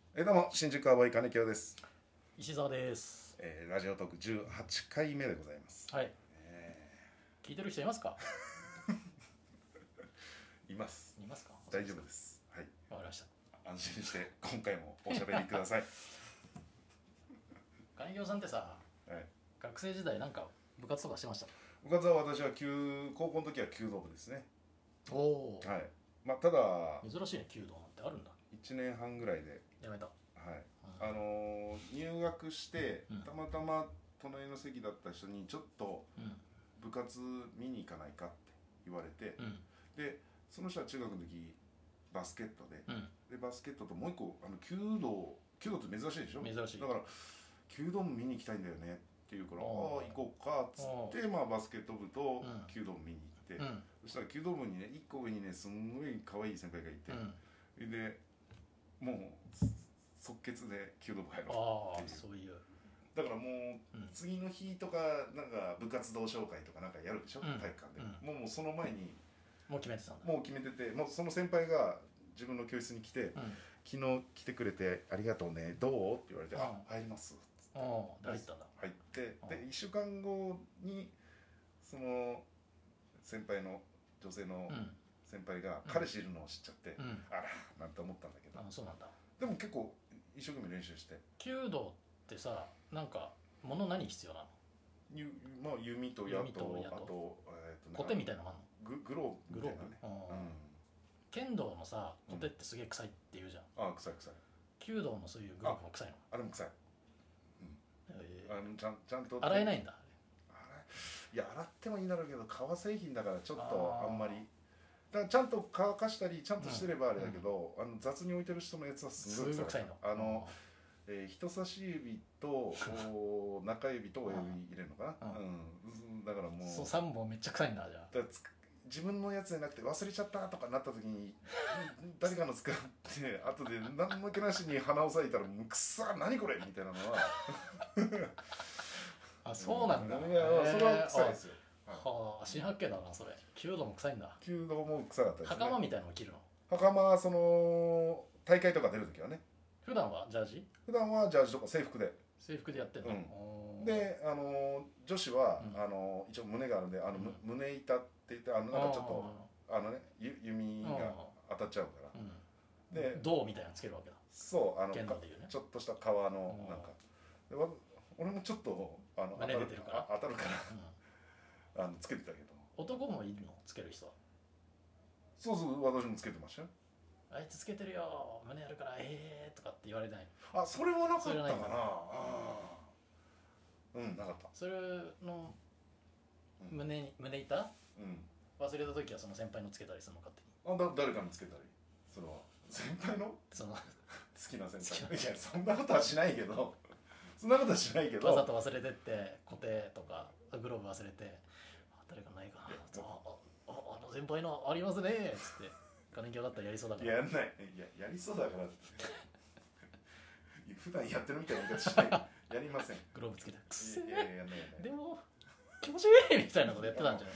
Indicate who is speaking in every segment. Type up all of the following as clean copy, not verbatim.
Speaker 1: どうも新宿アボーイ金城です、
Speaker 2: 石澤です。
Speaker 1: ラジオトーク18回目でございます。
Speaker 2: はい。聞いてる人いますか？
Speaker 1: います。
Speaker 2: いますか？
Speaker 1: 大丈夫です。はい。
Speaker 2: わかりました。
Speaker 1: 安心して今回もおしゃべりください。
Speaker 2: 金城さんってさ、
Speaker 1: はい。
Speaker 2: 学生時代なんか部活とかしてました？
Speaker 1: 部活は私は高校の時は弓道部ですね。
Speaker 2: おお。
Speaker 1: はい。まあただ
Speaker 2: 珍しいね、弓道なんてあるんだ。
Speaker 1: 1年半ぐらいで、
Speaker 2: やめた。
Speaker 1: はい。入学して、たまたま隣の席だった人にちょっと部活見に行かないかって言われて、でその人は中学の時バスケットで、でバスケットともう一個弓道って珍しいでしょ。
Speaker 2: 珍しい。
Speaker 1: だから弓道も見に行きたいんだよねって言うから、行こうかっつって、まあバスケット部と弓道部見に行って、そしたら弓道部にね1個上にねすんごい可愛い先輩がいて、でもう即決で弓道部入ろうっていう。
Speaker 2: そういう。
Speaker 1: だからもう次の日とかなんか部活動紹介とかなんかやるでしょ、体育館で、もうその前に
Speaker 2: もう決めてたんだ。
Speaker 1: もう決めてて、もうその先輩が自分の教室に来て、昨日来てくれてありがとうね、どうって言われて、入りますっつって
Speaker 2: 入ったんだ。
Speaker 1: 入って、で1週間後にその先輩の女性の先輩が彼氏いるのを知っちゃって、あらなんて思ったんだけど、
Speaker 2: そうなんだ。
Speaker 1: でも結構一生懸命練習して。
Speaker 2: 弓道ってさ、なんか物何必要なの？
Speaker 1: まあ弓と矢とあと
Speaker 2: コテみたいなのあんの？
Speaker 1: グローブみたいなね。
Speaker 2: 剣道のさ、コテってすげえ臭いって言うじゃん。
Speaker 1: 臭い臭い。
Speaker 2: 弓道のそういうグローブも臭いの？
Speaker 1: あれも臭い。ちゃんと
Speaker 2: 洗えないんだ。
Speaker 1: いや洗ってもいいんだろうけど革製品だからちょっとあんまり。だからちゃんと乾かしたりちゃんとしてればあれだけど、雑に置いてる人のやつはすごい臭いの。人差し指と中指と親指入れるのかな、だからもう
Speaker 2: そう3本めっちゃ臭いんだ。じゃあ
Speaker 1: 自分のやつじゃなくて忘れちゃったとかなった時に誰かの使って後で何の気なしに鼻を裂いたら「くっさ何これ!」みたいなのは
Speaker 2: そうなんだ。
Speaker 1: いやそれは臭いですよ。
Speaker 2: はあ、新発見だなそれ。弓道も臭いんだ。
Speaker 1: 弓道も臭かったですね。
Speaker 2: 袴みたいなの着るの？
Speaker 1: 袴はその大会とか出る時はね。
Speaker 2: 普段はジャージ？
Speaker 1: 普段はジャージとか制服で
Speaker 2: やってんの？
Speaker 1: で女子は一応胸があるんで胸板って言ってなんかちょっと弓が当たっちゃうからで
Speaker 2: 銅みたいなのつけるわけだ。
Speaker 1: そう
Speaker 2: 剣道でいうね。
Speaker 1: ちょっとした革のなんか俺もちょっと
Speaker 2: 胸出てるから
Speaker 1: 当たるからつけてたけど。
Speaker 2: 男もいるのつける人は？
Speaker 1: そう私もつけてましたよ。
Speaker 2: あいつつけてるよ胸やるからとかって言われない？
Speaker 1: それはなかったかな。なかった。
Speaker 2: それの胸板忘れた時はその先輩のつけたりするの勝手
Speaker 1: に。誰かにつけたり。その先輩の
Speaker 2: その好
Speaker 1: きな先輩。いやそんなことはしないけど
Speaker 2: わざと忘れてって固定とかグローブ忘れて誰かないかな、あの先輩のありますねっつって金城だったらやりそうだから。
Speaker 1: やんない。やりそうだから普段やってるみたいな言い方しない。やりません。
Speaker 2: グローブつけてくっせ
Speaker 1: やんない。
Speaker 2: でも気持ちいいみたいなことやってたんじゃない？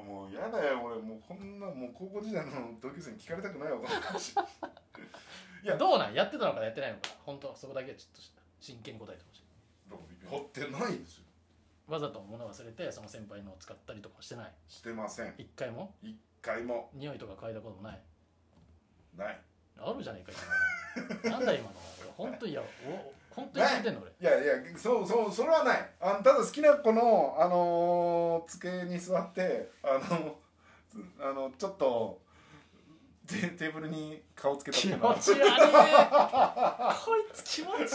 Speaker 1: もうやだよ俺。もうこんなもう高校時代の同級生に聞かれたくないわ。
Speaker 2: いやどうなんやってたのかやってないのか本当そこだけちょっと真剣に答えてほしい。
Speaker 1: やってないですよ。
Speaker 2: わざと物忘れてその先輩のを使ったりとかしてない？して
Speaker 1: ません。
Speaker 2: 一回も匂いとか嗅いだこともない？あるじゃねえか今の。なんだ今の本当。いや本当に聞いてんの俺。
Speaker 1: いやそれはない。ただ好きな子の机に座ってちょっとテーブルに顔つけたっていうのは
Speaker 2: 気持ち悪い。こいつ気持ち悪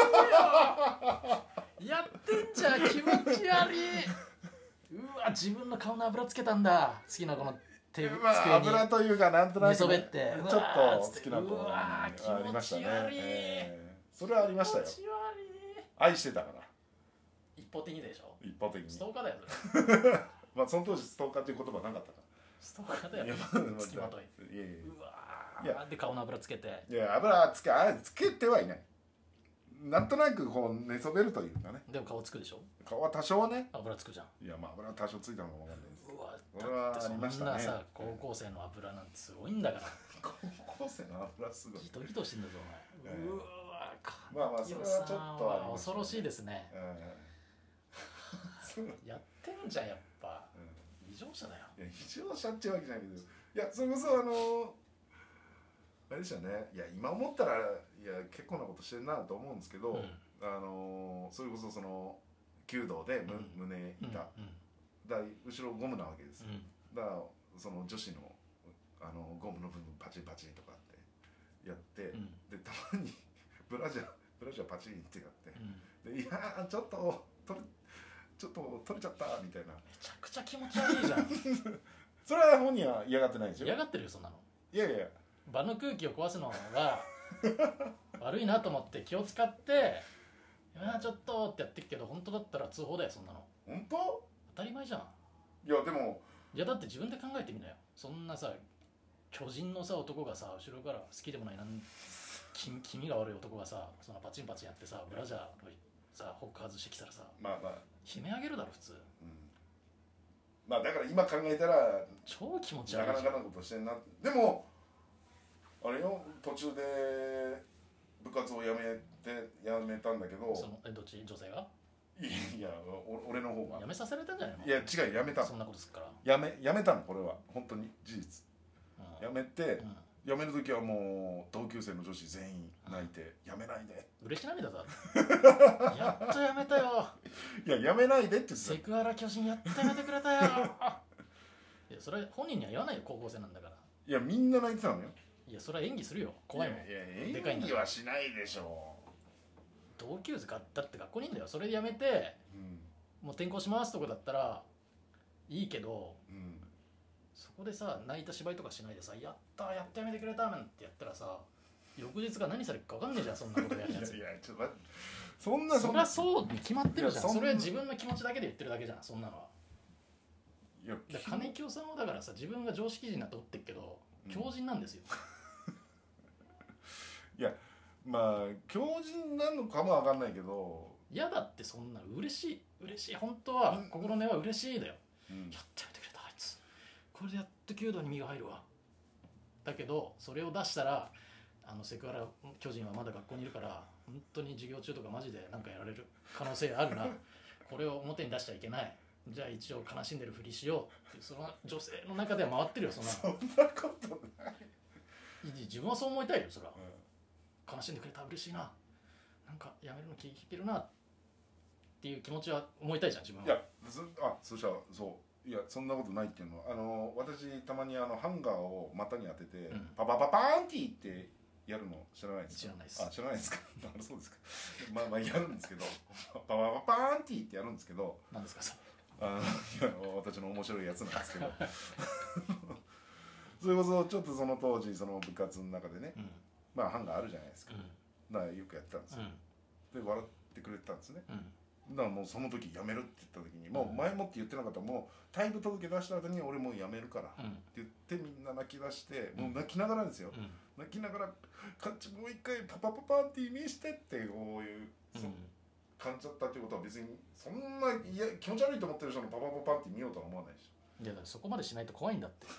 Speaker 2: いよ。やってんじゃん気持ち悪い。うわ自分の顔の油つけたんだ。好きな子のテーブル机に
Speaker 1: 油というかなんとなく
Speaker 2: 寝そべって
Speaker 1: ちょっと好きな子ありましたね。それはありましたよ。愛してたから。
Speaker 2: 一方的にでしょ。
Speaker 1: 一方的に。
Speaker 2: ストーカーだよそれ。
Speaker 1: まあその当時ストーカーっていう言葉なかったから。
Speaker 2: ストーカーだよ。つきまとい。うわで顔の油つけて。
Speaker 1: いや油つけてはいない。なんとなくこう寝そべるというかね。
Speaker 2: でも顔つくでしょ。
Speaker 1: 顔は多少はね。
Speaker 2: 油つくじゃん。
Speaker 1: いやまあ油は多少ついたのかもわかんないです。
Speaker 2: うわ
Speaker 1: これはありましたね。
Speaker 2: そんなさ高校生の油なんてすごいんだから。
Speaker 1: 高校生の油すごい。
Speaker 2: ギトギトしてんだぞお前。うわ
Speaker 1: まあまあそれはちょっとあります、
Speaker 2: 恐ろしいですね、やってるんじゃんやっぱ、異常者だよ。
Speaker 1: いや異常者ってわけじゃないけど、いやそれこそあれでしたね。いや今思ったらいや結構なことしてんなと思うんですけど、それこそその弓道で胸板、だ後ろゴムなわけですよ、だからその女子のゴムの部分パチンパチンとかってやって、でたまにブラジャーパチンってやって、でいやちょっと取れちゃったみたいな。
Speaker 2: めちゃくちゃ気持ち悪いじゃん
Speaker 1: それは本人は嫌がってないんですよ。
Speaker 2: 嫌がってるよそんなの。
Speaker 1: いやいや
Speaker 2: 場の空気を壊すのが悪いなと思って気を使ってちょっとってやってるけど、本当だったら通報だよそんなの。
Speaker 1: 本当？
Speaker 2: 当たり前じゃん。
Speaker 1: いやでも
Speaker 2: だって自分で考えてみなよ。そんなさ巨人のさ男がさ後ろから好きでもない気味が悪い男がさそのパチンパチンやってさブラジャーのさホック外してきたらさ、
Speaker 1: まあまあ
Speaker 2: 悲鳴あげるだろ普通、
Speaker 1: まあだから今考えたら
Speaker 2: 超気持ち悪い
Speaker 1: なかなかなことしてんな。でもあれよ、途中で部活をやめたんだけど。
Speaker 2: そのどっち？女性が？
Speaker 1: いや俺の方が
Speaker 2: やめさせられたんじゃないの？
Speaker 1: いや違う、やめたの。
Speaker 2: そんなことすっから
Speaker 1: やめたの。これは本当に事実、やめて、やめる時はもう同級生の女子全員泣いて、やめないで。
Speaker 2: 嬉し涙だやっとやめたよ。
Speaker 1: いややめないでって言ってた。
Speaker 2: セクハラ巨人やっとやめてくれたよいやそれ本人には言わないよ、高校生なんだから。
Speaker 1: いやみんな泣いてたのよ。
Speaker 2: いやそれは演技するよ、怖いもん。
Speaker 1: いや演技はしないでしょ。
Speaker 2: 同級生だって学校にいんだよ。それでやめて、もう転校しますとかだったらいいけど、そこでさ泣いた芝居とかしないでさ、やったやっとやめてくれたなんてやったらさ、翌日が何されるか分かんねえじゃん、そんなことやるやつ。
Speaker 1: いやちょっと待って、そんな
Speaker 2: そりゃそうに決まってるじゃん。
Speaker 1: いや
Speaker 2: それは自分の気持ちだけで言ってるだけじゃん、そんなのは。
Speaker 1: いや
Speaker 2: 金清さんはだからさ、自分が常識人だと思ってるけど強人なんですよ、
Speaker 1: いやまあ強人なのかもわかんないけど、
Speaker 2: 嫌だってそんな嬉しい本当は心根は嬉しいだよ、やってやってくれたあいつ、これでやっと弓道に身が入るわ。だけどそれを出したらセクハラ巨人はまだ学校にいるから本当に授業中とかマジで何かやられる可能性あるなこれを表に出しちゃいけない、じゃあ一応悲しんでるふりしようって、その女性の中では回ってるよ、そんな
Speaker 1: ことない。
Speaker 2: 自分はそう思いたいよ、それは、悲しんでくれたら嬉しいな、なんかやめるの気引けるなっていう気持ちは思いたいじゃん自分は。
Speaker 1: いやそしたらそういやそんなことないっていうのは、私たまにハンガーを股に当てて、パパパパーンティーってやるの知らないですか？
Speaker 2: 知らないです。
Speaker 1: 知らないですか？そうですか。まあやるんですけどパパパパーンティーってやるんですけど、
Speaker 2: 何ですかそ
Speaker 1: い
Speaker 2: れ？
Speaker 1: や私の面白いやつなんですけどそれこそちょっとその当時その部活の中でね、まあハンガーあるじゃないですか、だからよくやってたんですよ、で笑ってくれてたんですね、だからもうその時辞めるって言った時に、もう前もって言ってなかったら、もう退部届出した後に俺もう辞めるからって言ってみんな泣き出して、もう泣きながらですよ、泣きながらカッチもう一回パパパパンって見してってこういう感じだったっていうことは、別にそんな気持ち悪いと思ってる人のパパパパンって見ようとは思わないでしょ。
Speaker 2: いやだからそこまでしないと怖いんだって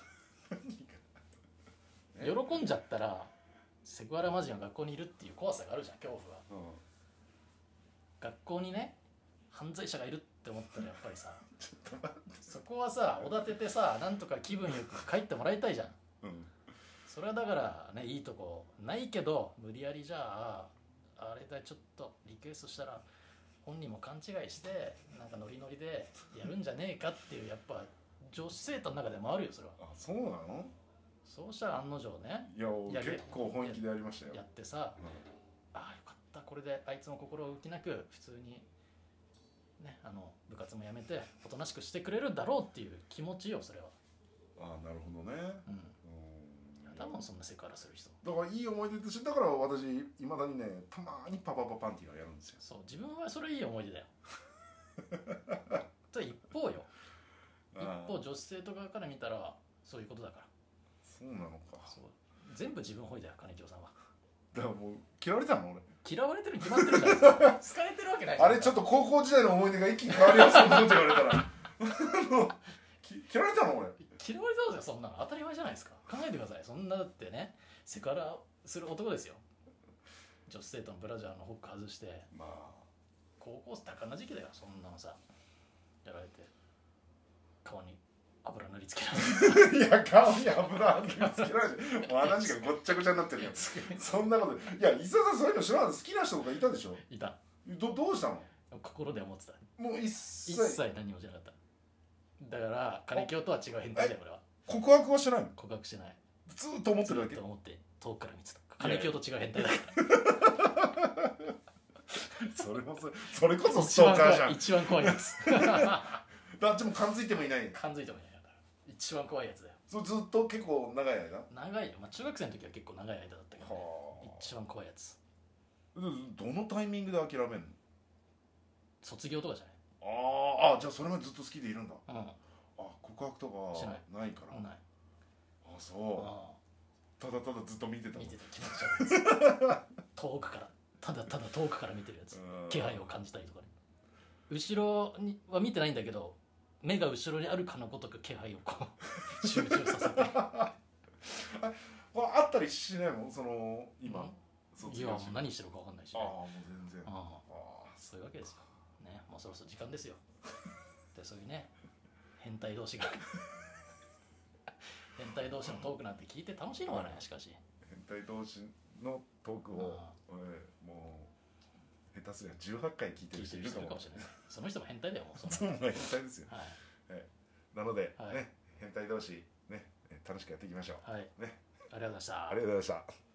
Speaker 2: 喜んじゃったらセクハラマジンが学校にいるっていう怖さがあるじゃん、恐怖は、学校にね犯罪者がいるって思ったらやっぱりさ
Speaker 1: ちょっと待って、
Speaker 2: そこはさおだててさ、なんとか気分よく帰ってもらいたいじゃん、それはだからね、いいとこないけど無理やりじゃあれだちょっとリクエストしたら本人も勘違いしてなんかノリノリでやるんじゃねえかっていう、やっぱ女子生徒の中でもあるよそれは。
Speaker 1: そうなの？
Speaker 2: そうしたら案の定ね、
Speaker 1: いや結構本気でやりましたよ。
Speaker 2: やってさ、よかったこれであいつも心を浮きなく普通にね部活もやめておとなしくしてくれるだろうっていう気持ちよ、それは。
Speaker 1: なるほどね。
Speaker 2: 多分そんなセクハラする人
Speaker 1: だからいい思い出として、だから私いまだにね、たまにパパパパンティーをやるんですよ。
Speaker 2: そう自分はそれいい思い出だよと一方よ、一方女子生徒側から見たらそういうことだから。
Speaker 1: そうなのか。
Speaker 2: そう全部自分本位だよ金城さんは。
Speaker 1: だからもう嫌われたの俺。
Speaker 2: 嫌われてるに決まってるじゃないですか好かれてるわけないじゃん。
Speaker 1: あれちょっと高校時代の思い出が一気に変わりやすいこと言われたら嫌われたの俺。
Speaker 2: 嫌われたんですよ、そんなの当たり前じゃないですか。考えてください、そんなだってねセクハラする男ですよ。 女子生徒のブラジャーのホック外して、
Speaker 1: まあ
Speaker 2: 高校生多感な時期だよ、そんなのさやられて顔に油塗りつけられて
Speaker 1: いや顔に油塗りつけられてもう話がごっちゃごちゃになってるやつそんなこといや伊沢さんそういうの知らない好きな人とかいたでしょ。
Speaker 2: いた。
Speaker 1: どうしたの。
Speaker 2: 心で思ってた。
Speaker 1: もう一切
Speaker 2: 何もしなかった。だから金京とは違う変態だよ俺は。
Speaker 1: 告白はしないの。
Speaker 2: 告白してない。
Speaker 1: ずっと思ってるだけ。
Speaker 2: ずっと思って遠くから見てた。金京と違う変態だから
Speaker 1: それこそストーカーじゃん。
Speaker 2: 一番怖いやつ
Speaker 1: どっちも感づいてもいない。
Speaker 2: 感づいてもいないから一番怖いやつだよ。
Speaker 1: ずっと結構長い間。
Speaker 2: 長いよ、まあ、中学生の時は結構長い間だったけど、ね、一番怖いやつ。
Speaker 1: どのタイミングで諦めんの。
Speaker 2: 卒業とかじゃない。
Speaker 1: じゃあそれまでずっと好きでいるんだ。告白とかないから。ない。そうただただずっと見てた。
Speaker 2: 気持ち悪いやつ遠くからただただ遠くから見てるやつ。気配を感じたりとかね。後ろには見てないんだけど目が後ろにあるかのごとく気配をこう集中させてあ
Speaker 1: ったりしないのその今、
Speaker 2: いやもう何してるか分かんないし、ね、
Speaker 1: もう全然
Speaker 2: そういうわけですよね。もうそろそろ時間ですよでそういうね変態同士が変態同士のトークなんて聞いて楽しいのかね。しかし
Speaker 1: 変態同士のトークをもう下手すりゃ18回聞いてる人いるかもしれない。
Speaker 2: その人も変態だよもう。
Speaker 1: その変態ですよ、なので、ね変態同士ね楽しくやっていきましょう。
Speaker 2: はい、
Speaker 1: ね、
Speaker 2: ありがとうございました。
Speaker 1: ありがとうございました。